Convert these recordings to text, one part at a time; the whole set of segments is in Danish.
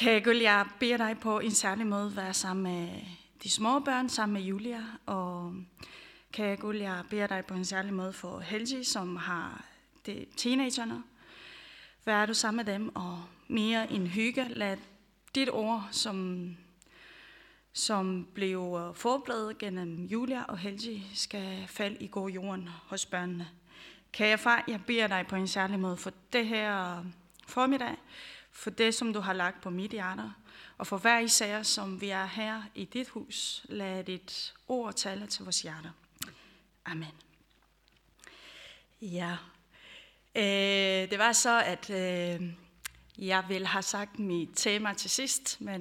Kære Gud, jeg beder dig på en særlig måde at være sammen med de små børn, sammen med Julia. Og kære Gud, jeg beder dig på en særlig måde for Helgi, som har teenagerne. Vær du sammen med dem, og mere en hygge. Lad dit ord, som blev forberedt gennem Julia og Helgi, skal falde i god jorden hos børnene. Kære far, jeg beder dig på en særlig måde for det her formiddag, for det, som du har lagt på mit hjerte, og for hver især, som vi er her i dit hus. Lad dit ord tale til vores hjerte. Amen. Ja, det var så, at jeg ville have sagt mit tema til sidst, men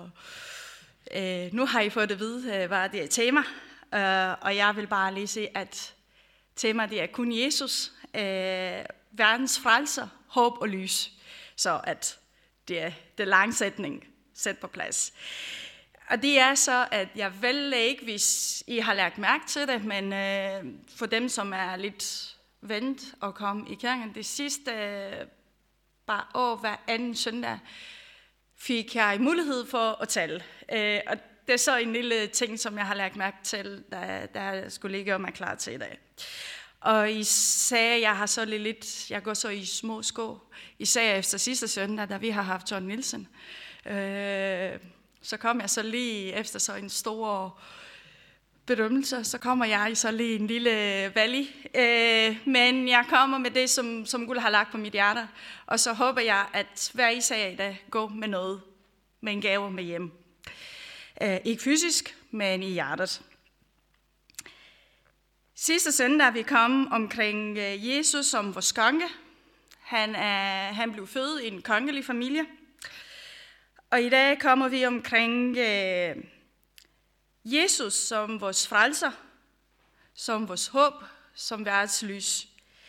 nu har I fået at vide, hvad det er tema, og jeg vil bare lige sige, at temaet det er kun Jesus, verdens frelser, håb og lys. Så at det er det lange sætning sat på plads. Og det er så, at jeg vil ikke, hvis I har lagt mærke til det, men for dem, som er lidt vent og komme i kirken, det sidste bare år hver anden søndag, fik jeg mulighed for at tale. Og det er så en lille ting, som jeg har lagt mærke til, da jeg skulle ligge og mig klar til i dag. Og især, jeg går så i små sko, især efter sidste søndag, da vi har haft John Nielsen. Så kom jeg så lige efter så en stor bedømmelse, så kommer jeg så lige en lille valley. Men jeg kommer med det, som Gud har lagt på mit hjerte. Og så håber jeg, at hver især i dag går med noget, med en gave med hjem. Ikke fysisk, men i hjertet. Sidste søndag vi kom omkring Jesus som vores konge. Han blev født i en kongelig familie. Og i dag kommer vi omkring Jesus som vores frelser, som vores håb, som verdens lys.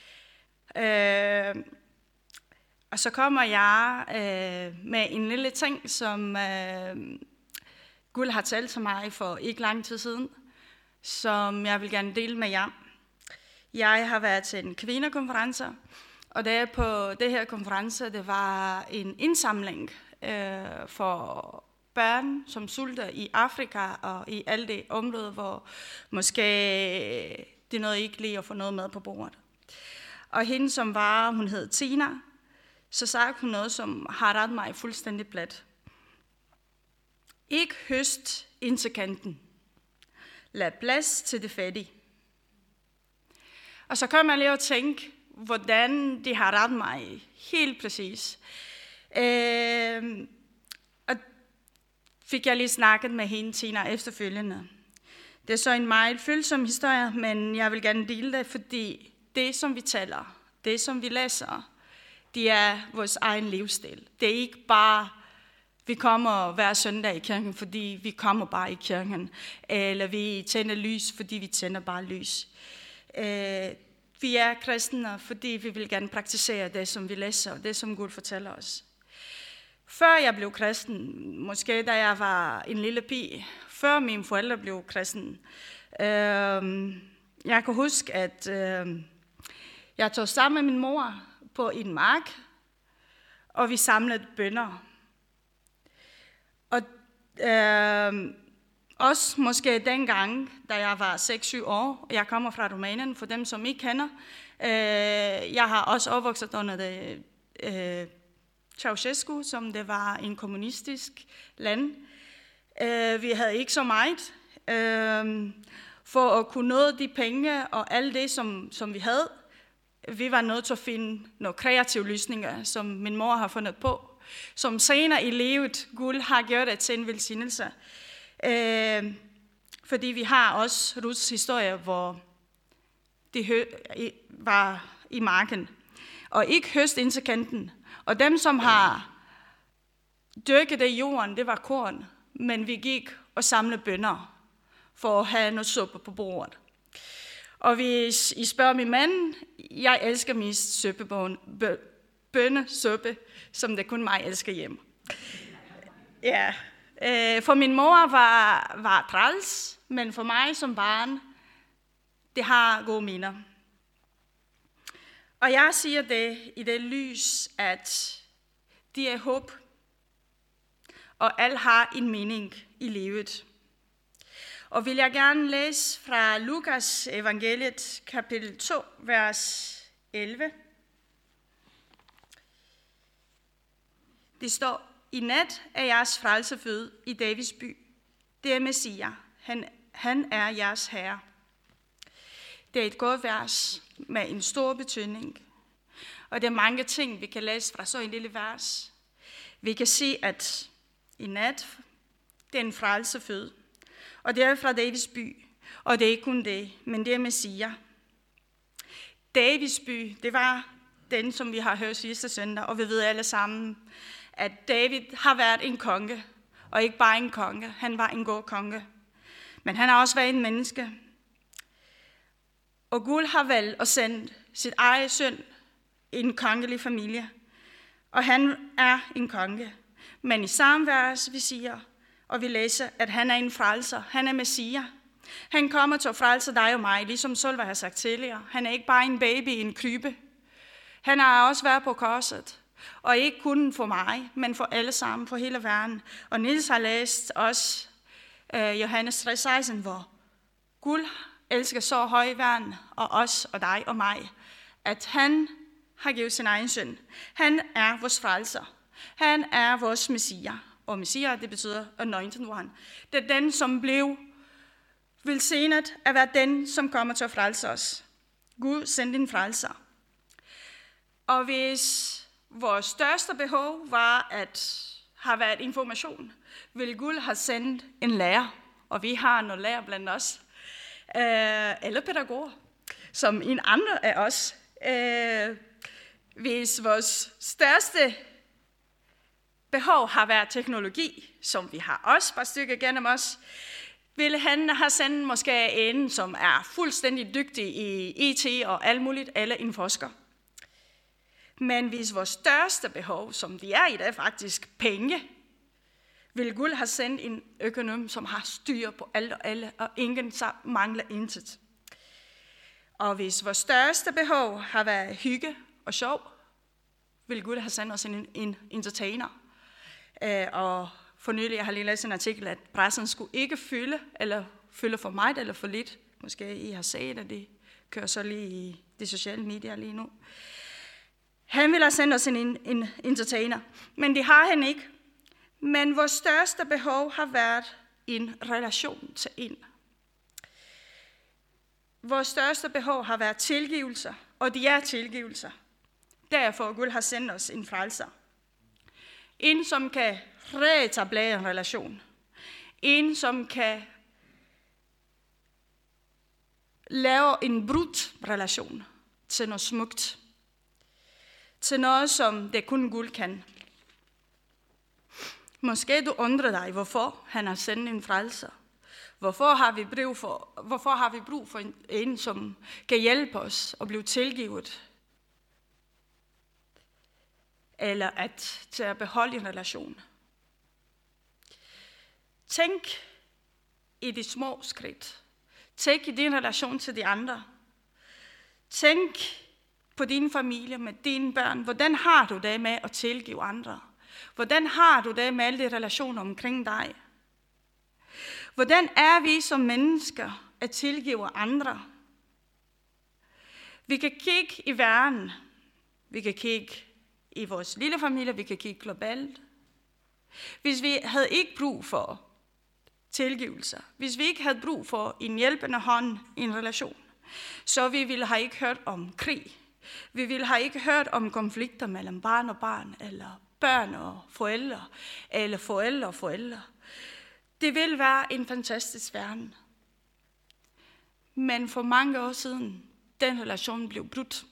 Og så kommer jeg med en lille ting, som Gud har talt til mig for ikke lang tid siden, som jeg vil gerne dele med jer. Jeg har været til en kvindekonference, og der på det her konference, det var en indsamling for børn, som sulter i Afrika og i alle de områder, hvor måske det nåede ikke lige at få noget med på bordet. Og hende, som var, hun hed Tina, så sagde hun noget, som har rettet mig fuldstændig plat. Ikke høst ind til kanten. Lad plads til det fattige. Og så kom jeg lige at tænke, hvordan de har rettet mig helt præcis. Og fik jeg lige snakket med hende, Tina, efterfølgende. Det er så en meget følsom historie, men jeg vil gerne dele det, fordi det, som vi taler, det, som vi læser, det er vores egen livsstil. Det er ikke bare, vi kommer hver søndag i kirken, fordi vi kommer bare i kirken, eller vi tænder lys, fordi vi tænder bare lys. Vi er kristne, fordi vi vil gerne praktisere det, som vi læser, og det, som Gud fortæller os. Før jeg blev kristen, måske da jeg var en lille pige, før mine forældre blev kristen, jeg kan huske, at jeg tog sammen med min mor på en mark, og vi samlede bønner. Og også måske dengang, da jeg var 6-7 år, jeg kommer fra Rumænien, for dem som ikke kender, jeg har også opvokset under det Ceausescu, som det var en kommunistisk land. Vi havde ikke så meget. For at kunne nå de penge og alt det, som vi havde, vi var nødt til at finde nogle kreative løsninger, som min mor har fundet på, som senere i livet Gud har gjort det til en velsignelse. Fordi vi har også Ruths historie, hvor de var i marken, og ikke høst ind til kanten. Og dem, som har dyrket det i jorden, det var korn, men vi gik og samlede bønner for at have noget suppe på bordet. Og hvis I spørger min mand, jeg elsker mest bønnesuppe, som det kun mig elsker hjemme. Ja, for min mor var træls, men for mig som barn, det har gode minder. Og jeg siger det i det lys, at det er håb. og alt har en mening i livet. Og vil jeg gerne læse fra Lukas evangeliet, kapitel 2, vers 11. Det står, i nat er jeres frelse født i Davids by. Det er Messias. Han er jeres herre. Det er et godt vers med en stor betydning. Og det er mange ting, vi kan læse fra så en lille vers. Vi kan sige, at i nat, det er en frelse født. Og det er fra Davids by. Og det er ikke kun det, men det er Messias. Davids by, det var den, som vi har hørt sidste søndag, og vi ved alle sammen, at David har været en konge, og ikke bare en konge, han var en god konge. Men han har også været en menneske. Og Gud har valgt at sende sit eget søn i en kongelig familie, og han er en konge. Men i samme vers, vi siger, og vi læser, at han er en frelser, han er Messias. Han kommer til at frelse dig og mig, ligesom Solveig har sagt tidligere. Han er ikke bare en baby i en krybe. Han har også været på korset. Og ikke kun for mig, men for alle sammen, for hele verden. Og Niels har læst også Johannes 3:16, hvor Gud elsker så høj verden, og os og dig og mig, at han har givet sin egen søn. Han er vores frelser. Han er vores Messias. Og Messias, det betyder anointed one. Det er den, som blev velsignet at være den, som kommer til at frelse os. Gud sendte en frelser. Og hvis vores største behov var at have været information, ville Gud have sendt en lærer. Og vi har nogle lærer blandt os. Eller pædagoger, som en andre af os. Hvis vores største behov har været teknologi, som vi har også par stykker gennem os, ville han have sendt måske en, som er fuldstændig dygtig i IT og alt muligt, eller en forsker. Men hvis vores største behov, som de er i dag faktisk, penge, vil Gud have sendt en økonom, som har styr på alt og alle, og ingen mangler intet. Og hvis vores største behov har været hygge og sjov, vil Gud have sendt os en entertainer. Og for nylig, jeg har lige læst en artikel, at pressen skulle ikke fylde for meget eller for lidt. Måske I har set, at det kører så lige i de sociale medier lige nu. Han vil have sendt os en entertainer, men det har han ikke. Men vores største behov har været en relation til en. Vores største behov har været tilgivelser, og de er tilgivelser. Derfor Gud har sendt os en frelser. En, som kan reetablere en relation. En, som kan lave en brudt relation til noget smukt. Til noget, som det kun Gud kan. Måske du undrer dig, hvorfor han har sendt en frelser. Hvorfor har vi brug for en, som kan hjælpe os og blive tilgivet? Eller til at beholde en relation. Tænk i de små skridt. Tænk i din relation til de andre. Tænk på din familie med dine børn. Hvordan har du det med at tilgive andre? Hvordan har du det med alle de relationer omkring dig? Hvordan er vi som mennesker at tilgive andre? Vi kan kigge i verden. Vi kan kigge i vores lille familie. Vi kan kigge globalt. Hvis vi havde ikke brug for tilgivelser, hvis vi ikke havde brug for en hjælpende hånd i en relation, så vi ville have ikke hørt om krig. Vi ville have ikke hørt om konflikter mellem barn og barn, eller børn og forældre, eller forældre og forældre. Det ville være en fantastisk verden. Men for mange år siden, den relation blev brudt.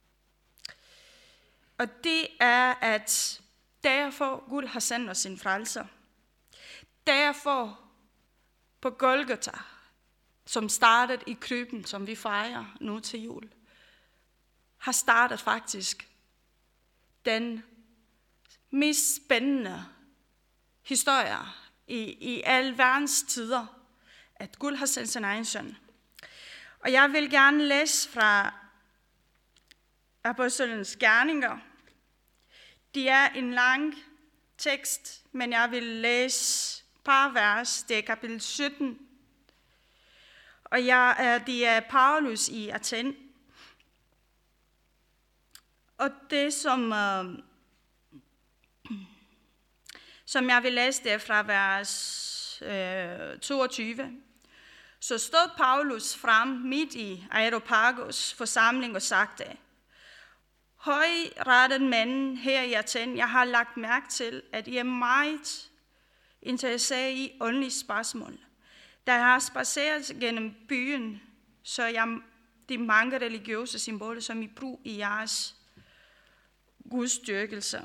Og det er, at derfor Gud har sendt os en frelser. Derfor på Golgata, som startede i krybben, som vi fejrer nu til jul, har startet faktisk den mest spændende historie i alle verdens tider, at Gud har sendt sin egen søn. Og jeg vil gerne læse fra Apostlenes Gerninger. Det er en lang tekst, men jeg vil læse et par vers. Det er kapitel 17. Og det er Paulus i Athen. Og det, som jeg vil læse, det er fra vers 22. Så stod Paulus frem midt i Areopagos forsamling og sagde: Højrettede mænd her i Athen, jeg har lagt mærke til, at I er meget interesseret i åndelige spørgsmål. Da jeg har spaceret gennem byen, så jeg de mange religiøse symboler, som I bruger i jeres gudsdyrkelse.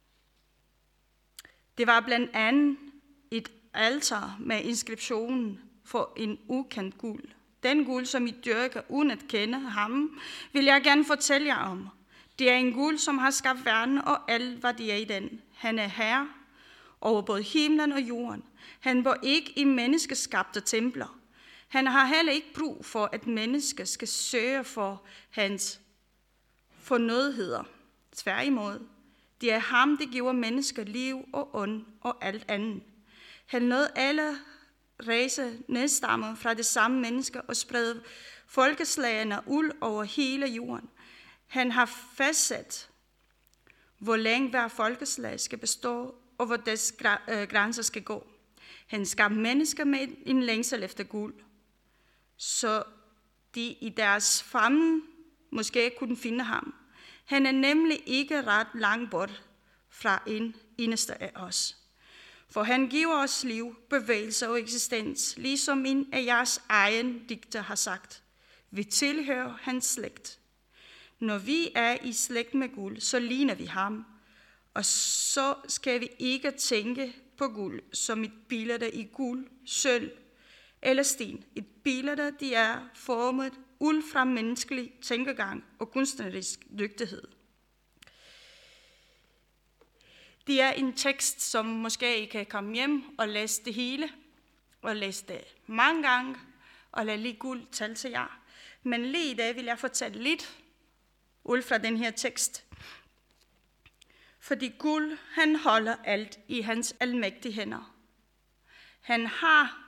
Det var blandt andet et alter med inskriptionen for en ukendt Gud. Den Gud, som I dyrker uden at kende ham, vil jeg gerne fortælle jer om. Det er en Gud, som har skabt verden og alt, hvad det er i den. Han er herre over både himlen og jorden. Han bor ikke i menneskeskabte templer. Han har heller ikke brug for, at mennesker skal søge for hans fornødenheder. Tværtimod, det er ham, der giver mennesker liv og ånd og alt andet. Han nåede alle race nedstammer fra det samme menneske og spredte folkeslagene ud over hele jorden. Han har fastsat, hvor længe hver folkeslag skal bestå, og hvor dets grænser skal gå. Han skabte mennesker med en længsel efter Gud, så de i deres famne måske kunne finde ham. Han er nemlig ikke ret langt bort fra en eneste af os. For han giver os liv, bevægelse og eksistens, ligesom en af jeres egen digter har sagt. Vi tilhører hans slægt. Når vi er i slægt med Gud, så ligner vi ham. Og så skal vi ikke tænke på Gud som et billede i guld, sølv eller sten. Et billede, de er formet ud fra menneskelig tænkegang og kunstnerisk dygtighed. Det er en tekst, som måske I kan komme hjem og læse det hele, og læse det mange gange, og lade lige Gud tale til jer. Men lige i dag vil jeg fortælle lidt ud fra den her tekst. Fordi Gud, han holder alt i hans almægtige hænder. Han har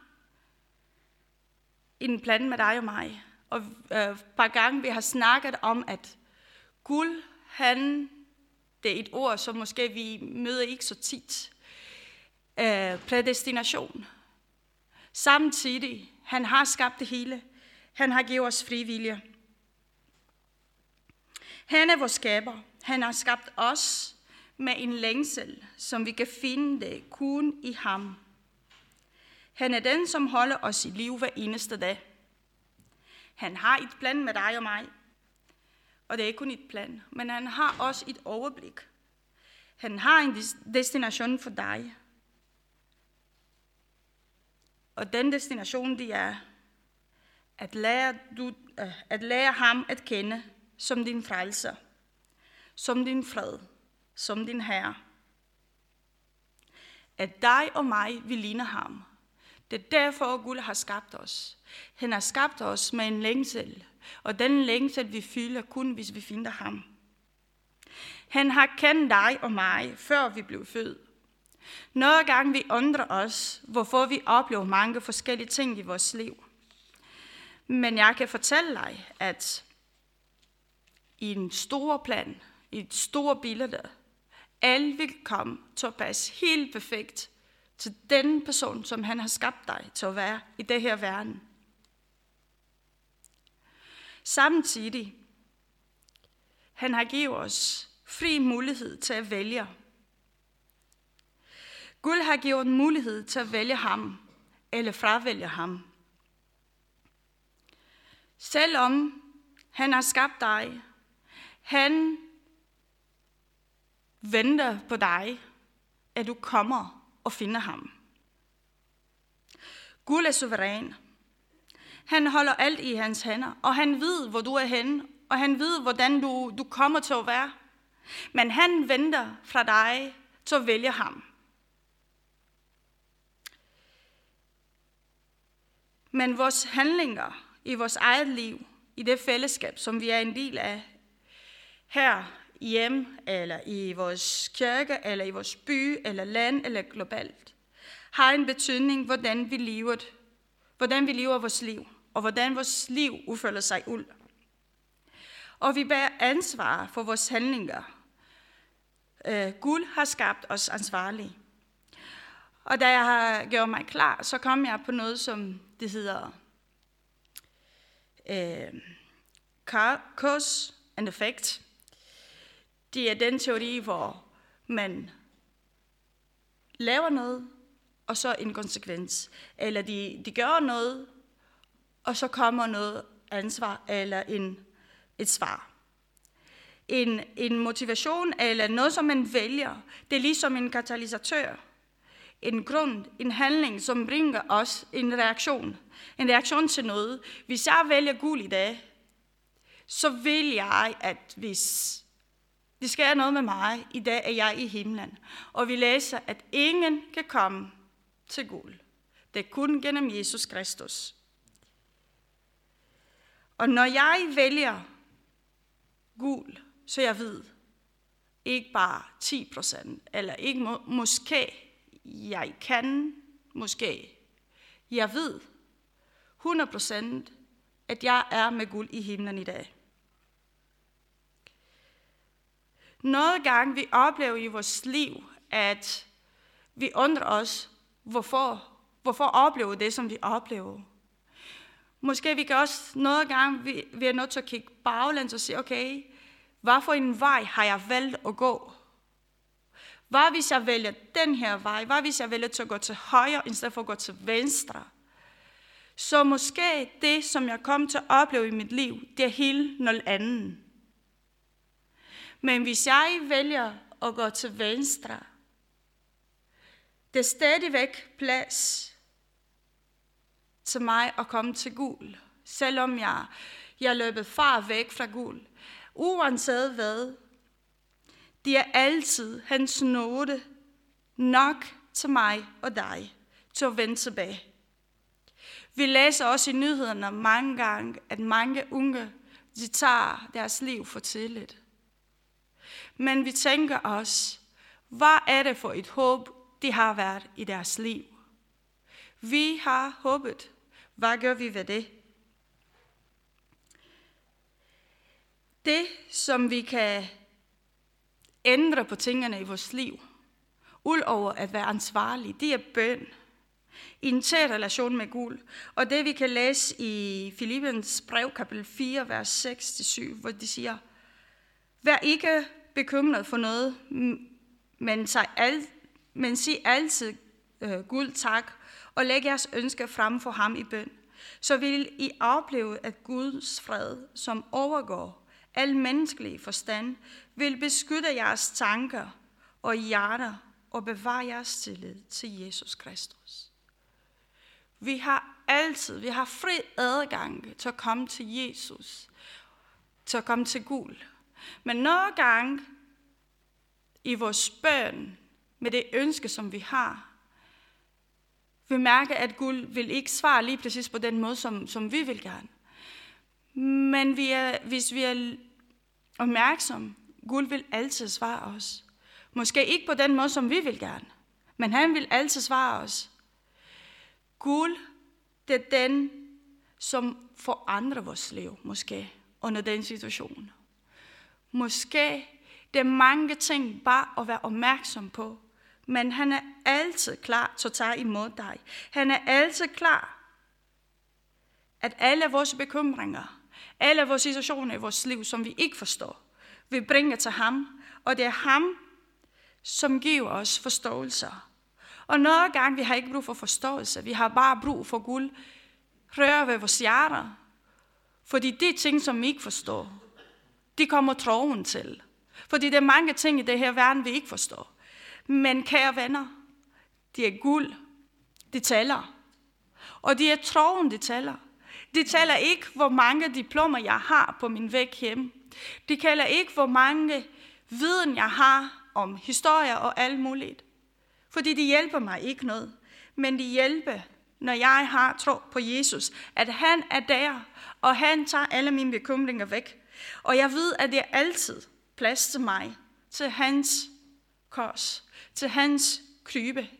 en plan med dig og mig. Og et par gange vi har snakket om, at Gud, det er et ord, som måske vi møder ikke så tit. Prædestination. Samtidig, han har skabt det hele. Han har givet os frivillige. Han er vores skaber. Han har skabt os med en længsel, som vi kan finde det kun i ham. Han er den, som holder os i liv hver eneste dag. Han har et plan med dig og mig. Og det er ikke kun et plan, men han har også et overblik. Han har en destination for dig. Og den destination, det er at lære ham at kende som din frelser, som din fred, som din herre. At dig og mig, vi ligner ham. Det er derfor, Gud har skabt os. Han har skabt os med en længsel, og den længsel, vi føler kun, hvis vi finder ham. Han har kendt dig og mig, før vi blev født. Nogle gange vi undrer os, hvorfor vi oplever mange forskellige ting i vores liv. Men jeg kan fortælle dig, at i en stor plan, i et stort billede, alle vil komme til at passe helt perfekt til den person, som han har skabt dig til at være i det her verden. Samtidig, han har givet os fri mulighed til at vælge. Gud har givet en mulighed til at vælge ham, eller fravælge ham. Selvom han har skabt dig, han venter på dig, at du kommer og finder ham. Gud er suveræn. Han holder alt i hans hænder, og han ved, hvor du er henne, og han ved, hvordan du kommer til at være. Men han venter fra dig til at vælge ham. Men vores handlinger i vores eget liv, i det fællesskab, som vi er en del af her hjem, eller i vores kirke, eller i vores by, eller land, eller globalt, har en betydning, hvordan vi lever vores liv, og hvordan vores liv udfolder sig ud. Og vi bærer ansvar for vores handlinger. Gud har skabt os ansvarlige. Og da jeg har gjort mig klar, så kom jeg på noget, som det hedder cause and effect. Det er den teori, hvor man laver noget, og så en konsekvens. Eller de gør noget, og så kommer noget ansvar eller et svar. En motivation eller noget, som man vælger, det er ligesom en katalysator. En grund, en handling, som bringer os en reaktion. En reaktion til noget. Hvis jeg vælger guld i dag, så vil jeg, at hvis det sker noget med mig, i dag er jeg i himlen. Og vi læser, at ingen kan komme til guld. Det er kun gennem Jesus Kristus. Og når jeg vælger guld, så jeg ved, ikke bare 10%, eller ikke måske, jeg kan, måske, jeg ved 100%, at jeg er med guld i himlen i dag. Nogle gange vi oplever i vores liv, at vi undrer os, hvorfor oplever det, som vi oplever. Måske vi kan også nogle gange, vi er nødt til at kigge baglæns og sige, okay, hvad for en vej har jeg valgt at gå? Hvad hvis jeg vælger den her vej? Hvad hvis jeg vælger til at gå til højre, i stedet for at gå til venstre? Så måske det, som jeg kom til at opleve i mit liv, det er helt noget andet. Men hvis jeg vælger at gå til venstre, det er stadigvæk plads til mig at komme til guld. Selvom jeg løbet far væk fra guld. Uanset hvad, det er altid hans nåde nok til mig og dig til at vende tilbage. Vi læser også i nyhederne mange gange, at mange unge, de tager deres liv for tidligt. Men vi tænker også, hvad er det for et håb, de har været i deres liv? Vi har håbet. Hvad gør vi ved det? Det, som vi kan ændre på tingene i vores liv, udover at være ansvarlige, det er bøn. I en tæt relation med Gud. Og det vi kan læse i Filippens brev, kapitel 4, vers 6-7, hvor de siger, vær ikke bekymret for noget, men sig altid Gud tak, og læg jeres ønsker frem for ham i bøn. Så vil I opleve, at Guds fred, som overgår al menneskelig forstand, vil beskytte jeres tanker og hjerter og bevare jeres tillid til Jesus Kristus. Vi har fri adgang til at komme til Jesus, til at komme til Gud. Men nogle gange i vores bøn, med det ønske, som vi har, vi mærker, at Gud vil ikke svare lige præcis på den måde, som vi vil gerne. Men hvis vi er opmærksomme, Gud vil altid svare os. Måske ikke på den måde, som vi vil gerne, men han vil altid svare os. Gud, det er den, som forandrer vores liv, måske, under den situation. Måske det er mange ting bare at være opmærksom på, men han er altid klar til at tage imod dig. Han er altid klar, at alle vores bekymringer, alle vores situationer i vores liv, som vi ikke forstår, vi bringer til ham, og det er ham, som giver os forståelser. Og nogle gange, vi har ikke brug for forståelse, vi har bare brug for Gud, røre ved vores hjerter, fordi de ting, som vi ikke forstår, de kommer troen til. Fordi der er mange ting i det her verden, vi ikke forstår. Men kære venner, de er guld, de tæller. Og de er troen, de tæller. De tæller ikke, hvor mange diplomer jeg har på min væg hjemme. De tæller ikke, hvor mange viden jeg har om historier og alt muligt. Fordi de hjælper mig ikke noget. Men de hjælper, når jeg har tro på Jesus, at han er der, og han tager alle mine bekymringer væk. Og jeg ved, at det er altid plads til mig, til hans kors, til hans krybe.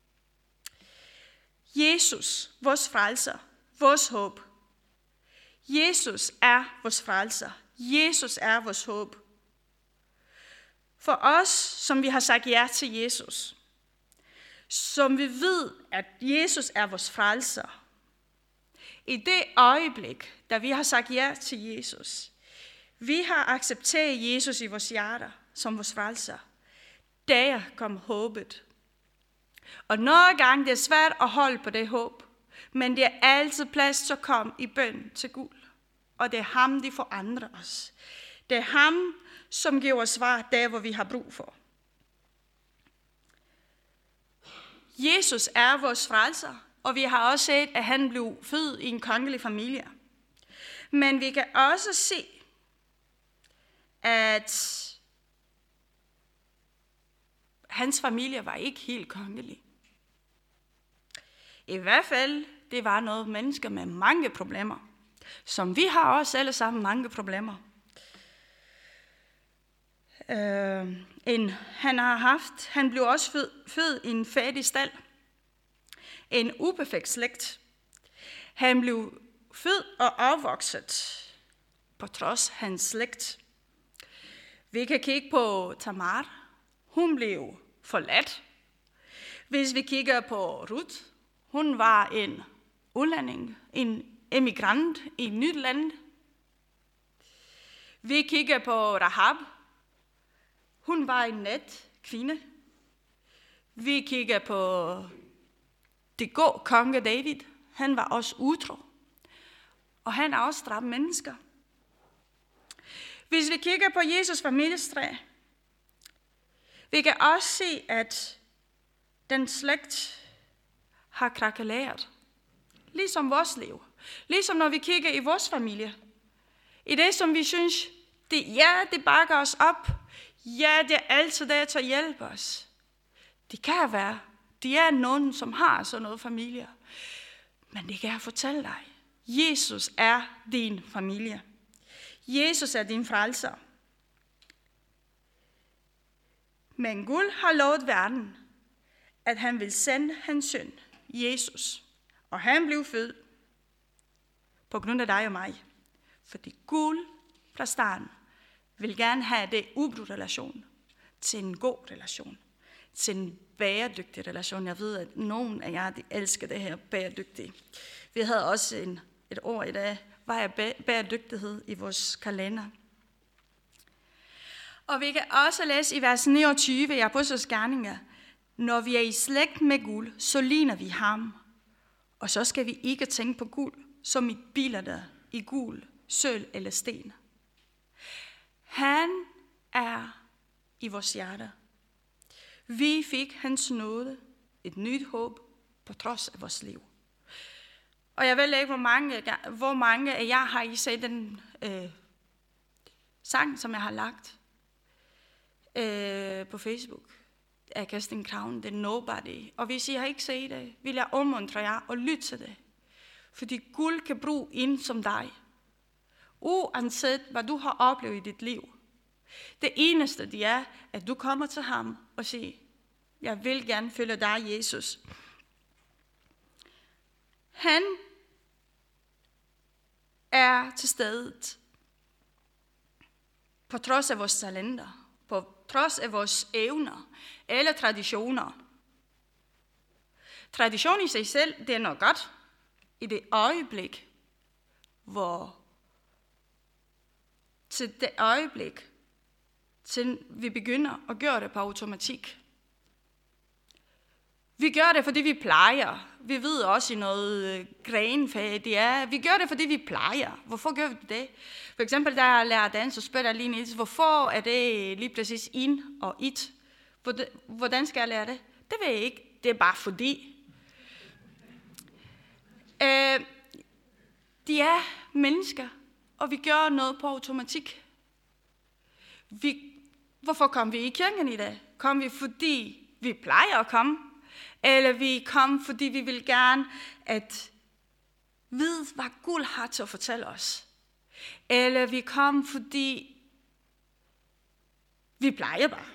Jesus, vores frelser, vores håb. Jesus er vores frelser. Jesus er vores håb. For os, som vi har sagt ja til Jesus, som vi ved, at Jesus er vores frelser, i det øjeblik, da vi har sagt ja til Jesus, vi har accepteret Jesus i vores hjerter som vores frelser, der kom håbet. Og nogle gange det er svært at holde på det håb, men det er altid plads til at komme i bøn til Gud. Og det er ham, der forandrer os. Det er ham, som giver os svar der, hvor vi har brug for. Jesus er vores frelser, og vi har også set, at han blev født i en kongelig familie. Men vi kan også se, at hans familie var ikke helt kongelig. I hvert fald, det var noget mennesker med mange problemer, som vi har også alle sammen mange problemer. Han blev også født i en fattig stald. En uperfekt slægt. Han blev født og opvokset på trods hans slægt. Vi kan kigge på Tamar. Hun blev forladt. Hvis vi kigger på Ruth, hun var en udlænding, en emigrant i et nyt land. Vi kigger på Rahab. Hun var en net kvinde. Vi kigger på det gode konge David. Han var også utro. Og han har også dræbt mennesker. Hvis vi kigger på Jesus familietræ, vi kan også se, at den slægt har krakeleret. Ligesom vores liv. Ligesom når vi kigger i vores familie. I det, som vi synes, det bakker os op. Ja, det er altid der til at hjælpe os. Det kan være. De er nogen, som har sådan noget familie. Men det kan jeg fortælle dig. Jesus er din familie. Jesus er din frelser. Men Gud har lovet verden, at han vil sende hans søn, Jesus. Og han blev født på grund af dig og mig. Fordi Gud fra starten vil gerne have det ubrudt relation til en god relation. Til en bæredygtig relation. Jeg ved, at nogen af jer elsker det her bæredygtige. Vi havde også et ord i dag. Hvad er bæredygtighed i vores kalender? Og vi kan også læse i vers 29 i Apostles Gerninger. Når vi er i slægt med Gud, så ligner vi ham. Og så skal vi ikke tænke på Gud som et billede i guld, sølv eller sten. Han er i vores hjerter. Vi fik hans nåde, et nyt håb på trods af vores liv. Og jeg ved ikke, hvor mange af jer har I set den sang, som jeg har lagt på Facebook af Kerstin Kraven, det er Nobody. Og hvis I har ikke set det, vil jeg opmuntre jer og lytte til det. Fordi Gud kan bruge en som dig. Uanset hvad du har oplevet i dit liv. Det eneste det er, at du kommer til ham og siger, jeg vil gerne følge dig, Jesus. Han er til stedet på trods af vores talenter, på trods af vores evner eller traditioner. Tradition i sig selv, det er noget godt i det øjeblik, til vi begynder at gøre det på automatik. Vi gør det, fordi vi plejer. Vi ved også i noget grenfag, vi gør det, fordi vi plejer. Hvorfor gør vi det? For eksempel, da jeg lærer dans, så spørger jeg lige Niels, hvorfor er det lige præcis in og it? Hvordan skal jeg lære det? Det ved jeg ikke. Det er bare fordi. De er mennesker, og vi gør noget på automatik. Hvorfor kom vi i kirken i dag? Kom vi, fordi vi plejer at komme? Eller vi kom, fordi vi vil gerne at vide, hvad Gud har til at fortælle os? Eller vi kom, fordi Vi plejer bare.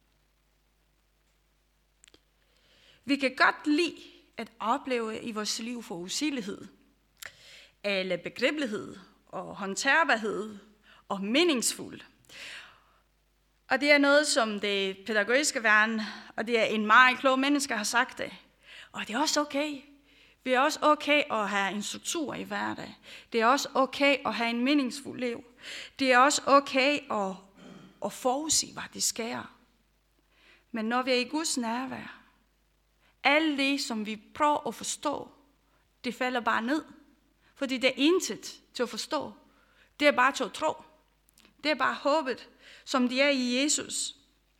Vi kan godt lide at opleve i vores liv forudsigelighed, eller begribelighed og håndterbarhed og meningsfuld. Og det er noget, som det pædagogiske verden, og det er en meget klog menneske, har sagt det. Og det er også okay. Det er også okay at have en struktur i hverdag. Det er også okay at have en meningsfuld liv. Det er også okay at forudsige, hvad det sker. Men når vi er i Guds nærvær, alt det, som vi prøver at forstå, det falder bare ned. Fordi det er intet til at forstå. Det er bare til at tro. Det er bare håbet, som det er i Jesus.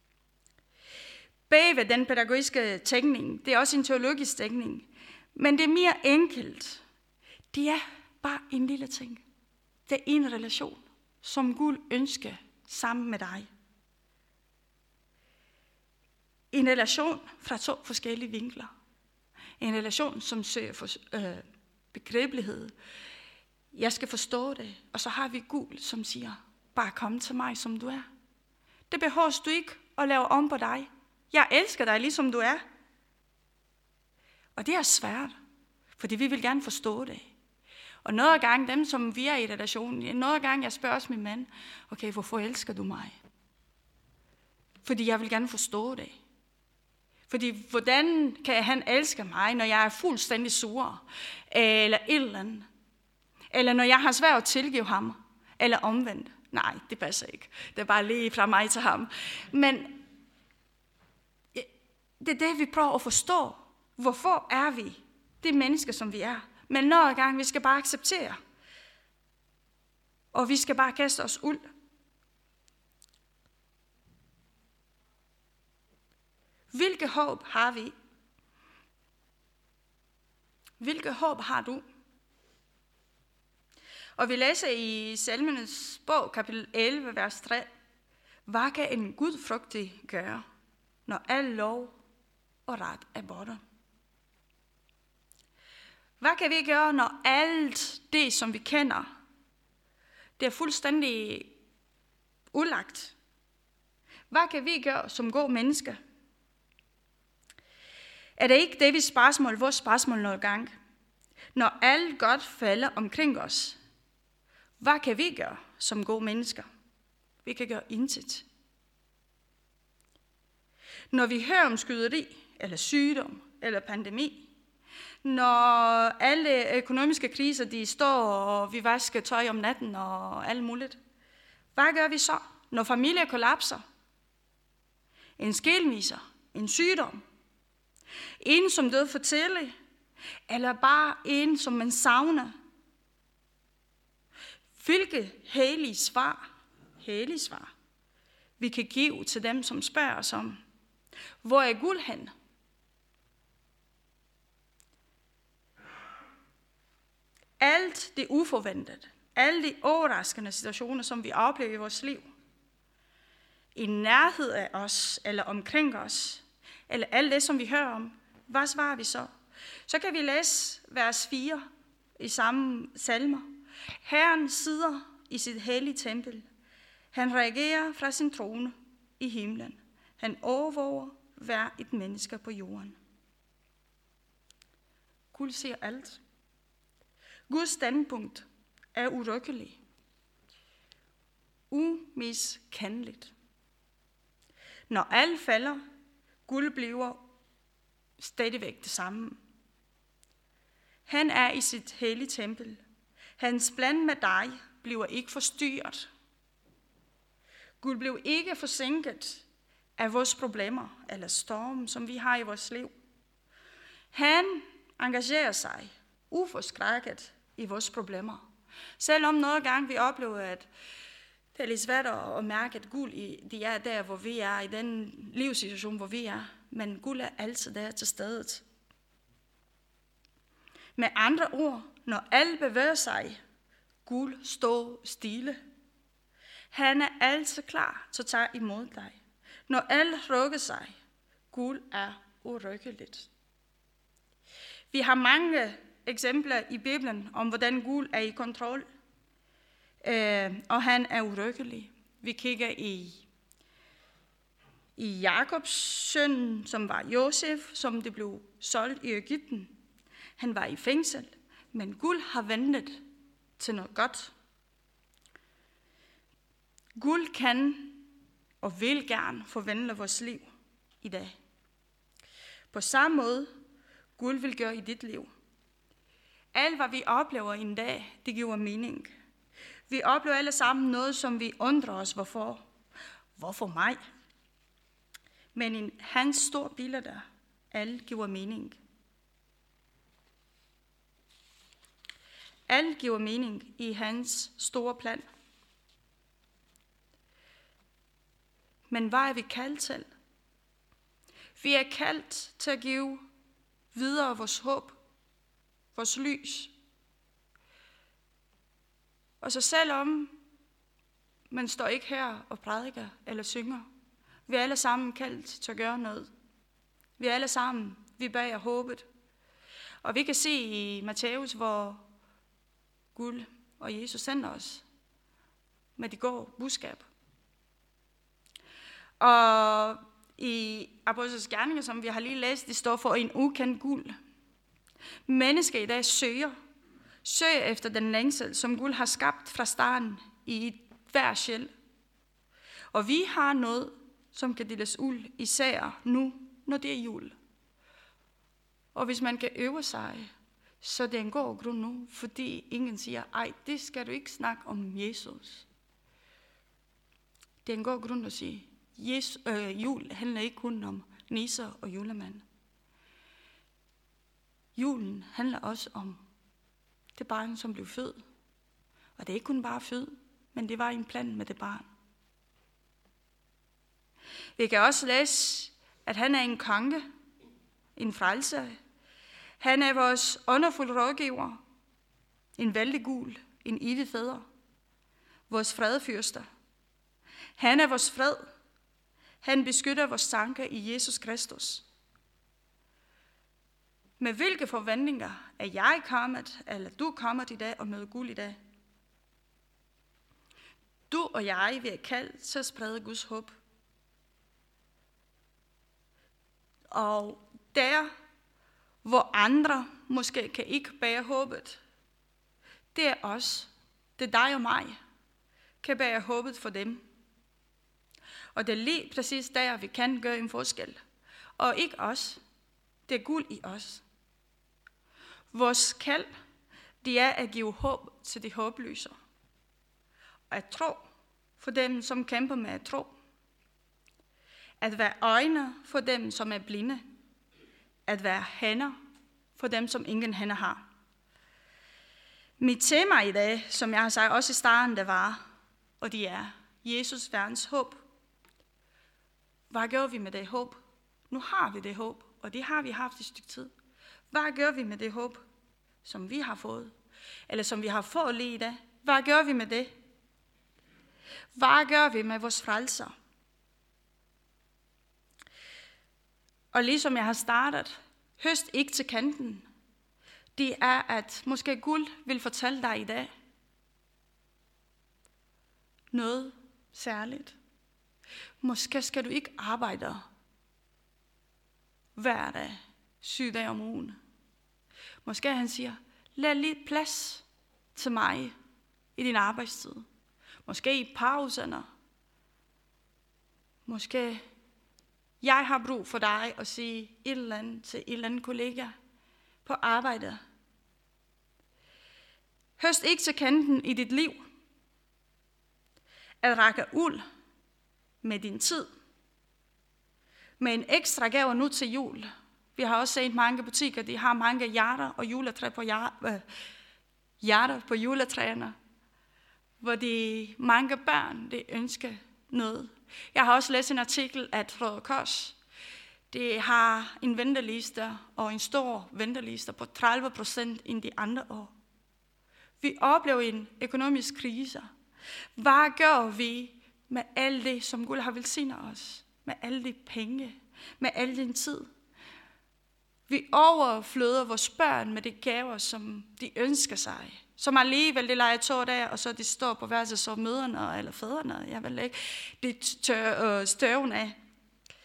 Bagved den pædagogiske tænkning, det er også en teologisk tænkning, men det er mere enkelt. Det er bare en lille ting. Det er en relation, som Gud ønsker sammen med dig. En relation fra 2 forskellige vinkler. En relation, som søger for begribelighed. Jeg skal forstå det. Og så har vi Gud, som siger, bare kom til mig, som du er. Det behøver du ikke at lave om på dig. Jeg elsker dig, ligesom du er. Og det er svært, fordi vi vil gerne forstå det. Og noget af gang, dem som vi er i relationen, noget af gang jeg spørger også min mand, okay, hvorfor elsker du mig? Fordi jeg vil gerne forstå det. Fordi hvordan kan han elske mig, når jeg er fuldstændig sur? Eller et eller andet. Eller når jeg har svært at tilgive ham. Eller omvendt. Nej, det passer ikke. Det er bare lige fra mig til ham. Men det er det, vi prøver at forstå. Hvorfor er vi det mennesker, som vi er? Men nogle gange, vi skal bare acceptere. Og vi skal bare kaste os ud. Hvilket håb har vi? Hvilket håb har du? Og vi læser i Salmenes bog, kapitel 11, vers 3. Hvad kan en gudfrygtig gøre, når al lov og ret er borte? Hvad kan vi gøre, når alt det, som vi kender, det er fuldstændig udlagt? Hvad kan vi gøre som gode mennesker? Er det ikke Davids spørgsmål, vores spørgsmål nogle gange? Når alt godt falder omkring os, hvad kan vi gøre som gode mennesker? Vi kan gøre intet. Når vi hører om skyderi, eller sygdom, eller pandemi, når alle økonomiske kriser, de står, og vi vasker tøj om natten og alt muligt, hvad gør vi så, når familier kollapser? En skilsmisse, en sygdom, en som døde for tidligt, eller bare en, som man savner. Hvilke hellige svar, vi kan give til dem, som spørger os om, hvor er Gud hen? Alt det uforventet, alle de overraskende situationer, som vi oplever i vores liv, i nærhed af os, eller omkring os, eller alt det, som vi hører om, hvad svarer vi så? Så kan vi læse vers 4 i samme salmer. Herren sidder i sit hellige tempel. Han reagerer fra sin trone i himlen. Han overvåger hver et menneske på jorden. Gud ser alt. Guds standpunkt er urykkelig. Umiskendeligt. Når alt falder, Gud bliver stadigvæk det samme. Han er i sit hellige tempel. Hans plan med dig bliver ikke forstyrret. Gud bliver ikke forsinket af vores problemer eller storm, som vi har i vores liv. Han engagerer sig uforskrækket i vores problemer. Selvom nogle gange vi oplever, at det er lidt svært at mærke, at Gud de er der, hvor vi er, i den livssituation, hvor vi er. Men Gud er altid der til stedet. Med andre ord, når alt bevæger sig, Gud står stille. Han er altid klar til at tage imod dig. Når alt rykker sig, Gud er urykkeligt. Vi har mange eksempler i Bibelen om, hvordan Gud er i kontrol, og han er urykkelig. Vi kigger i i Jakobs søn, som var Josef, som det blev solgt i Egypten. Han var i fængsel, men Gud har ventet til noget godt. Gud kan og vil gerne forvandle vores liv i dag. På samme måde, Gud vil gøre i dit liv. Alt, hvad vi oplever en dag, det giver mening. Vi oplever alle sammen noget, som vi undrer os, hvorfor. Hvorfor mig? Men i hans store billede, alt giver mening. Alt giver mening i hans store plan. Men hvad er vi kaldt til? Vi er kaldt til at give videre vores håb, vores lys. Og så selvom man står ikke her og prædiker eller synger, vi er alle sammen kaldt til at gøre noget. Vi er alle sammen, vi bærer håbet. Og vi kan se i Matthæus, hvor Gud og Jesus sender os med det gode budskab. Og i Apostles Gerninger, som vi har lige læst, det står for en ukendt Gud. Mennesker i dag søger efter den længsel, som Gud har skabt fra starten i hver sjæl. Og vi har noget, som kan deles ud, især nu, når det er jul. Og hvis man kan øve sig, så det er en god grund nu, fordi ingen siger, ej, det skal du ikke snakke om Jesus. Det er en god grund at sige, jul handler ikke kun om nisser og julemand. Julen handler også om det barn, som blev født. Og det er ikke kun bare født, men det var en plan med det barn. Vi kan også læse, at han er en konge, en frelser. Han er vores underfulde rådgiver, en vældig Gud, en evig fader, vores fredfyrster. Han er vores fred. Han beskytter vores tanker i Jesus Kristus. Med hvilke forventninger er jeg kommet, eller du kommet i dag og møder Gud i dag? Du og jeg vil kalde til at sprede Guds håb. Og der, hvor andre måske kan ikke bære håbet, det er os, det er dig og mig, kan bære håbet for dem. Og det er lige præcis der, vi kan gøre en forskel. Og ikke os, det er Gud i os. Vores kald, det er at give håb til de håbløse. Og at tro for dem, som kæmper med at tro. At være øjne for dem, som er blinde. At være hænder for dem, som ingen hænder har. Mit tema i dag, som jeg har sagt også i starten, det var, og det er Jesus verdens håb. Hvad gør vi med det håb? Nu har vi det håb, og det har vi haft et stykke tid. Hvad gør vi med det håb, som vi har fået? Eller som vi har fået lige i dag? Hvad gør vi med det? Hvad gør vi med vores frelser? Og ligesom jeg har startet, høst ikke til kanten. Det er, at måske Gud vil fortælle dig i dag noget særligt. Måske skal du ikke arbejde hver dag, 7 dage om ugen. Måske han siger, lad lidt plads til mig i din arbejdstid. Måske i pauserne. Måske jeg har brug for dig at sige et eller andet til et eller andet kollega på arbejde. Høst ikke til kanten i dit liv. At række ud med din tid. Med en ekstra gave nu til jul. Vi har også set mange butikker, de har mange hjerter og juletræ på hjerter på juletræerne. Hvor de mange børn, de ønsker noget. Jeg har også læst en artikel, at Røde Kors, de har en venteliste og en stor venteliste på 30% end de andre år. Vi oplever en økonomisk krise. Hvad gør vi med alt det, som Gud har velsignet os? Med alle de penge, med al den tid. Vi overfløder vores børn med de gaver, som de ønsker sig. Som alligevel, de leger 2 dage, og så de står på værelset, så mødrene eller fædrene, jeg ved ikke, de tør støven af.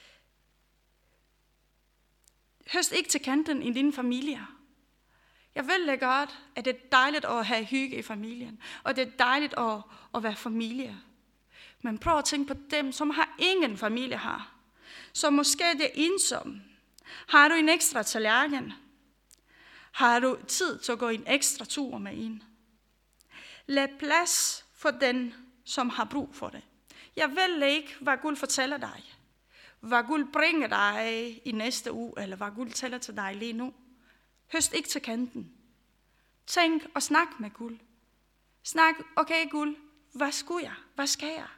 høst ikke til kanten i din familie. Jeg ved det godt, at det er dejligt at have hygge i familien, og det er dejligt at være familie. Men prøv at tænke på dem, som har ingen familie her. Så måske det er ensom. Har du en ekstra tallerken? Har du tid til at gå en ekstra tur med en? Lad plads for den, som har brug for det. Jeg ved ikke, hvad Gud fortæller dig. Hvad Gud bringer dig i næste uge, eller hvad Gud tæller til dig lige nu. Høst ikke til kanten. Tænk og snak med Gud. Snak, okay Gud, hvad skulle jeg? Hvad skal jeg?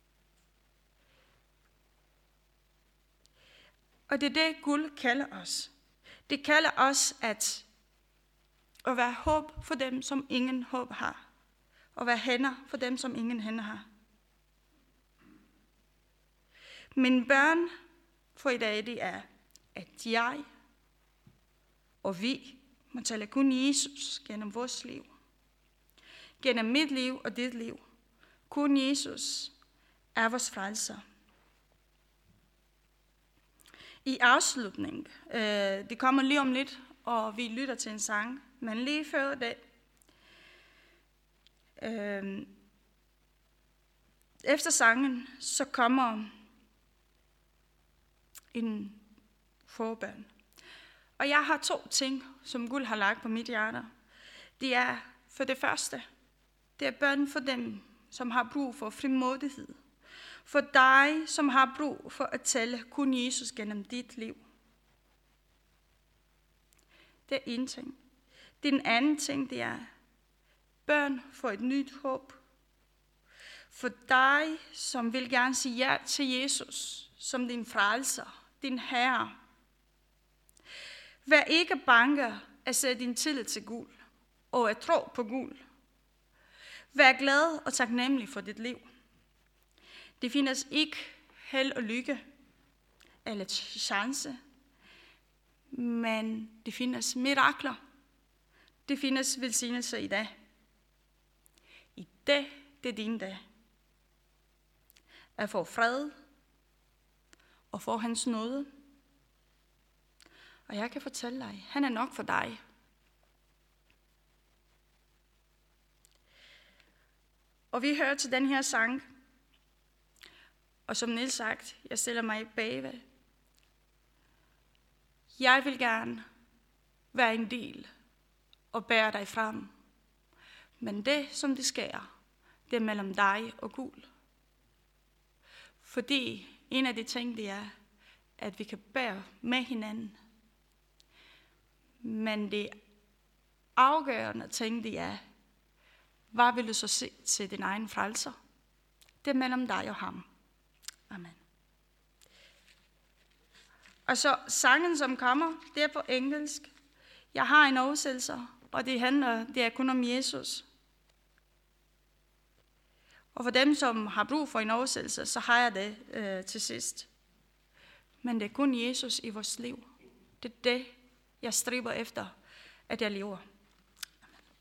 Og det er det, Gud kalder os. Det kalder os at være håb for dem, som ingen håb har. Og være hænder for dem, som ingen hænder har. Mine børn for i dag, det er, at jeg og vi må tale kun Jesus gennem vores liv. Gennem mit liv og dit liv. Kun Jesus er vores frelser. I afslutning, det kommer lige om lidt, og vi lytter til en sang, men lige før det, efter sangen, så kommer en forbøn. Og jeg har 2 ting, som Gud har lagt på mit hjerte. Det er for det første, det er bøn for dem, som har brug for frimodighed. For dig, som har brug for at tale kun Jesus gennem dit liv. Det er en ting. Den anden ting, det er bøn for et nyt håb. For dig, som vil gerne sige ja til Jesus som din frelser, din herre. Vær ikke bange at sætte din tillid til Gud og at tro på Gud. Vær glad og taknemmelig for dit liv. Det findes ikke held og lykke eller chance, men det findes mirakler. Det findes velsignelse i dag. I dag, det er din dag. At få fred og få hans nåde. Og jeg kan fortælle dig, han er nok for dig. Og vi hører til den her sang. Og som Niels sagt, jeg stiller mig bagved. Jeg vil gerne være en del og bære dig frem. Men det, som det sker, det er mellem dig og Gud. Fordi en af de ting, det er, at vi kan bære med hinanden. Men det afgørende ting, det er, hvad vil du så se til din egen frelser? Det er mellem dig og ham. Amen. Og så sangen, som kommer, det er på engelsk. Jeg har en oversættelse, og det er kun om Jesus. Og for dem, som har brug for en oversættelse, så har jeg det til sidst. Men det er kun Jesus i vores liv. Det er det, jeg striber efter, at jeg lever.